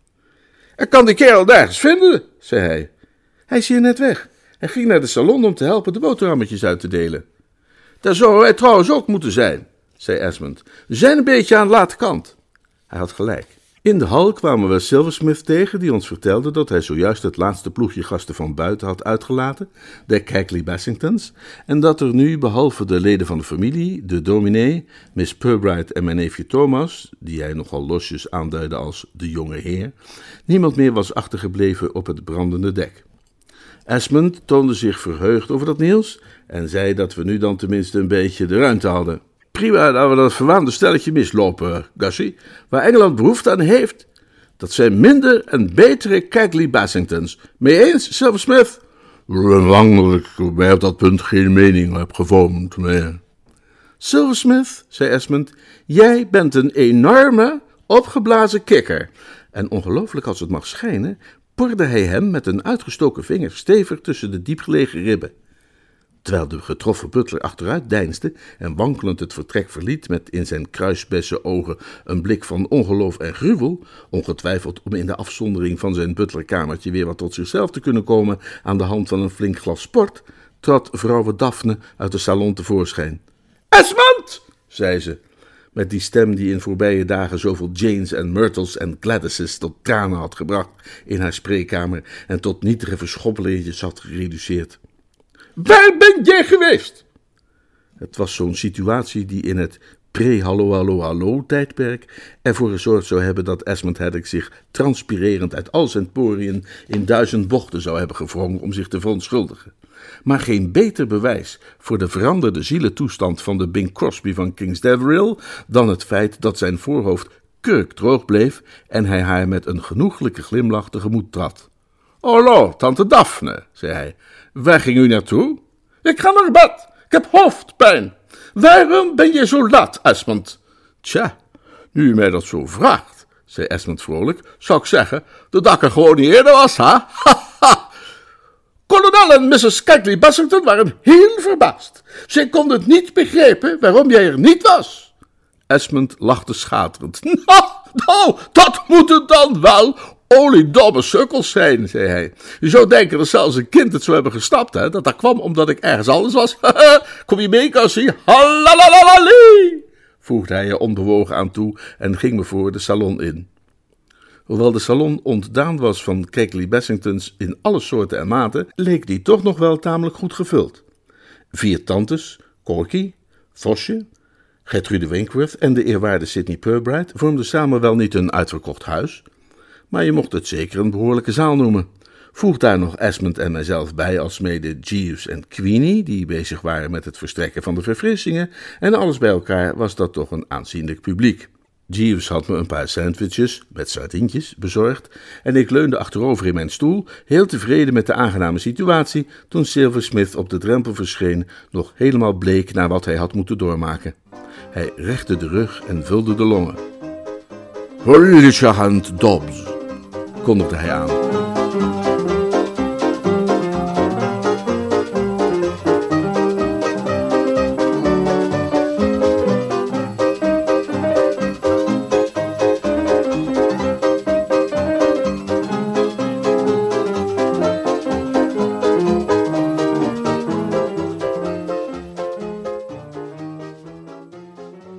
Ik kan die kerel nergens vinden, zei hij. Hij is hier net weg. Hij ging naar de salon om te helpen de boterhammetjes uit te delen. Daar zou hij trouwens ook moeten zijn, zei Esmond. We zijn een beetje aan de late kant. Hij had gelijk. In de hal kwamen we Silversmith tegen, die ons vertelde dat hij zojuist het laatste ploegje gasten van buiten had uitgelaten, de Keighley Bassingtons, en dat er nu, behalve de leden van de familie, de dominee, Miss Pirbright en mijn neefje Thomas, die hij nogal losjes aanduidde als de jonge heer, niemand meer was achtergebleven op het brandende dek. Esmond toonde zich verheugd over dat nieuws en zei dat we nu dan tenminste een beetje de ruimte hadden. Prima dat we dat verwaande stelletje mislopen, Gussie. Waar Engeland behoefte aan heeft, dat zijn minder en betere Keighley Bassingtons. Mee eens, Silversmith? Lang dat ik mij op dat punt geen mening heb gevormd, meneer. Silversmith, zei Esmond, jij bent een enorme, opgeblazen kikker. En ongelooflijk als het mag schijnen, porde hij hem met een uitgestoken vinger stevig tussen de diepgelegen ribben. Terwijl de getroffen butler achteruit deinsde en wankelend het vertrek verliet met in zijn kruisbessen ogen een blik van ongeloof en gruwel, ongetwijfeld om in de afzondering van zijn butlerkamertje weer wat tot zichzelf te kunnen komen aan de hand van een flink glas port, trad vrouwe Daphne uit de salon tevoorschijn. Esmond, zei ze, met die stem die in voorbije dagen zoveel Janes en Myrtles en Gladyses tot tranen had gebracht in haar spreekkamer en tot nietige verschoppelingetjes had gereduceerd. Waar ben jij geweest? Het was zo'n situatie die in het pre-hallo-hallo-hallo-tijdperk ervoor gezorgd zou hebben dat Esmond Haddock zich transpirerend uit al zijn poriën in duizend bochten zou hebben gewrongen om zich te verontschuldigen. Maar geen beter bewijs voor de veranderde zielentoestand van de Bing Crosby van Kings Deverill dan het feit dat zijn voorhoofd kurkdroog bleef en hij haar met een genoeglijke glimlach tegemoet trad. Hallo, tante Daphne, zei hij. Waar ging u naartoe? Ik ga naar bed. Ik heb hoofdpijn. Waarom ben je zo laat, Esmond? Tja, nu u mij dat zo vraagt, zei Esmond vrolijk, zou ik zeggen dat ik er gewoon niet eerder was, hè? Ha, ha. Kolonel en missus Kegley Bassington waren heel verbaasd. Zij konden het niet begrijpen waarom jij er niet was. Esmond lachte schaterend. Nou, nou, dat moet het dan wel oliedomme sukkels zijn, zei hij. Je zou denken dat zelfs een kind het zou hebben gestapt, hè? Dat dat kwam omdat ik ergens anders was. Kom je mee, Cassie? Halalalali! Voegde hij er onbewogen aan toe en ging me voor de salon in. Hoewel de salon ontdaan was van Kegley Bassingtons in alle soorten en maten, leek die toch nog wel tamelijk goed gevuld. Vier tantes, Corky, Vosje, Gertrude Winkworth en de eerwaarde Sidney Purbright vormden samen wel niet een uitverkocht huis, maar je mocht het zeker een behoorlijke zaal noemen. Voeg daar nog Esmond en mijzelf bij alsmede Jeeves en Queenie, die bezig waren met het verstrekken van de verfrissingen, en alles bij elkaar was dat toch een aanzienlijk publiek. Jeeves had me een paar sandwiches met sardientjes bezorgd en ik leunde achterover in mijn stoel, heel tevreden met de aangename situatie, toen Silversmith op de drempel verscheen, nog helemaal bleek na wat hij had moeten doormaken. Hij rechtte de rug en vulde de longen. Politie hand Dobbs, kondigde hij aan.